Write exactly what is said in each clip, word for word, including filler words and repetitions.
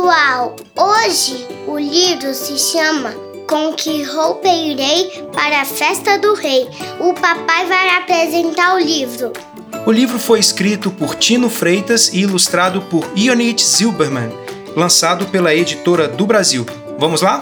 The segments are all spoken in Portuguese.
pessoal! Hoje o livro se chama Com que roupa irei para a festa do rei? O papai vai apresentar o livro. O livro foi escrito por Tino Freitas e ilustrado por Ionit Zilberman, lançado pela Editora do Brasil. Vamos lá?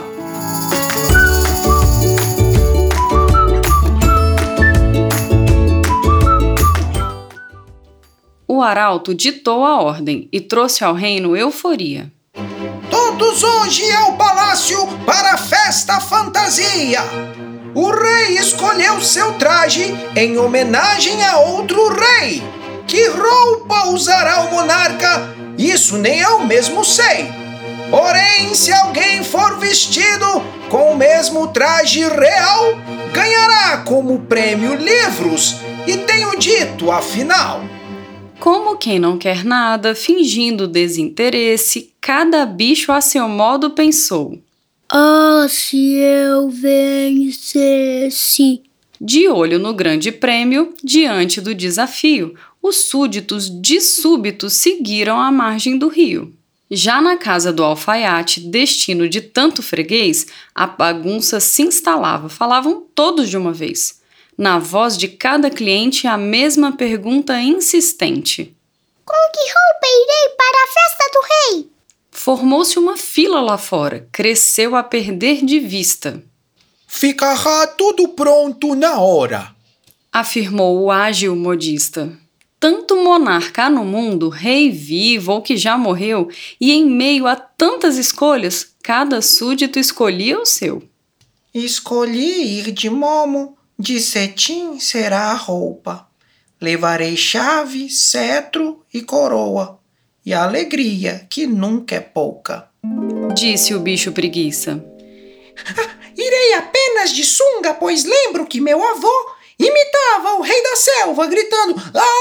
O arauto ditou a ordem e trouxe ao reino euforia. Todos hoje ao palácio para a festa fantasia! O rei escolheu seu traje em homenagem a outro rei. Que roupa usará o monarca? Isso nem eu mesmo sei. Porém, se alguém for vestido com o mesmo traje real, ganhará como prêmio livros. E tenho dito, afinal... Como quem não quer nada, fingindo desinteresse, cada bicho a seu modo pensou. Ah, se eu vencesse! De olho no grande prêmio, diante do desafio, os súditos de súbito seguiram a margem do rio. Já na casa do alfaiate, destino de tanto freguês, a bagunça se instalava, falavam todos de uma vez. Na voz de cada cliente, a mesma pergunta insistente. Com que roupa irei para a festa do rei? Formou-se uma fila lá fora, cresceu a perder de vista. Ficará tudo pronto na hora, afirmou o ágil modista. Tanto monarca há no mundo, rei vivo ou que já morreu, e em meio a tantas escolhas, cada súdito escolhia o seu. Escolhi ir de momo. De cetim será a roupa. Levarei chave, cetro e coroa. E a alegria, que nunca é pouca. Disse o bicho preguiça. Irei apenas de sunga, pois lembro que meu avô imitava o rei da selva, gritando...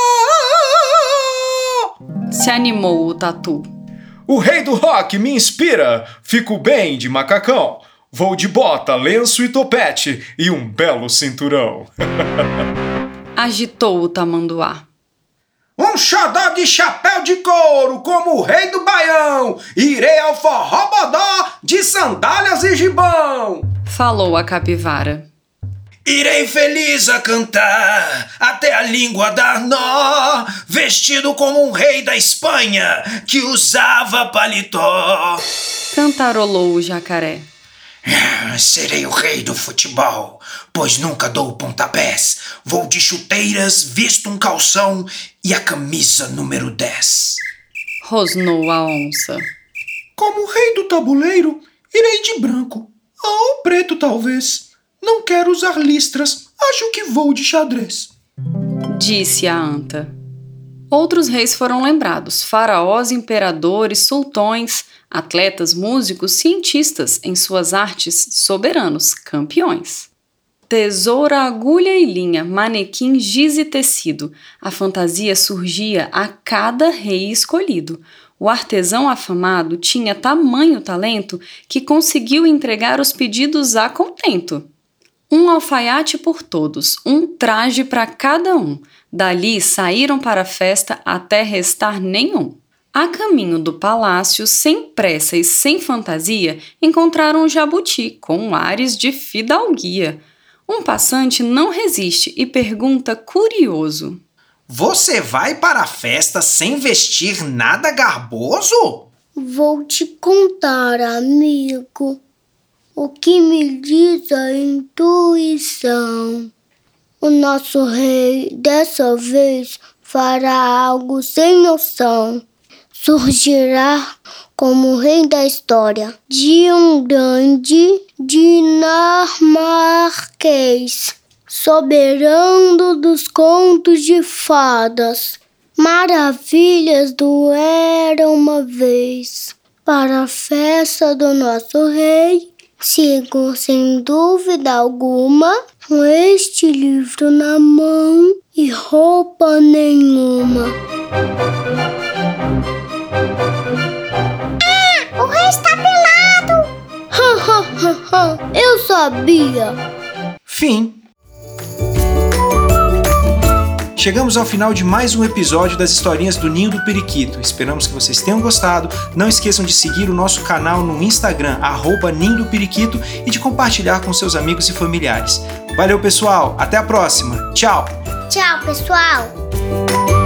Ah! Se animou o tatu. O rei do rock me inspira. Fico bem de macacão. Vou de bota, lenço e topete e um belo cinturão. Agitou o tamanduá. Um xodó de chapéu de couro, como o rei do Baião. Irei ao forró-bodó de sandálias e gibão. Falou a capivara. Irei feliz a cantar, até a língua dar nó, vestido como um rei da Espanha, que usava paletó. Cantarolou o jacaré. Serei o rei do futebol, pois nunca dou pontapés. Vou de chuteiras, visto um calção e a camisa número dez. Rosnou a onça. Como rei do tabuleiro, irei de branco, ou preto talvez. Não quero usar listras, acho que vou de xadrez. Disse a anta. Outros reis foram lembrados, faraós, imperadores, sultões, atletas, músicos, cientistas, em suas artes, soberanos, campeões. Tesoura, agulha e linha, manequim, giz e tecido, a fantasia surgia a cada rei escolhido. O artesão afamado tinha tamanho talento que conseguiu entregar os pedidos a contento. Um alfaiate por todos, um traje para cada um. Dali saíram para a festa até restar nenhum. A caminho do palácio, sem pressa e sem fantasia, encontraram um jabuti com ares de fidalguia. Um passante não resiste e pergunta curioso. Você vai para a festa sem vestir nada garboso? Vou te contar, amigo, o que me diz a intuição. O nosso rei, dessa vez, fará algo sem noção. Surgirá como rei da história de um grande dinamarquês, soberano dos contos de fadas. Maravilhas do era uma vez. Para a festa do nosso rei, sigo sem dúvida alguma, com este livro na mão e roupa nenhuma. Ah, o rei está pelado! Eu sabia! Fim. chegamos ao final de mais um episódio das historinhas do Ninho do Periquito. Esperamos que vocês tenham gostado. Não esqueçam de seguir o nosso canal no Instagram, arroba Ninho do Periquito, e de compartilhar com seus amigos e familiares. Valeu, pessoal! Até a próxima! Tchau! Tchau, pessoal!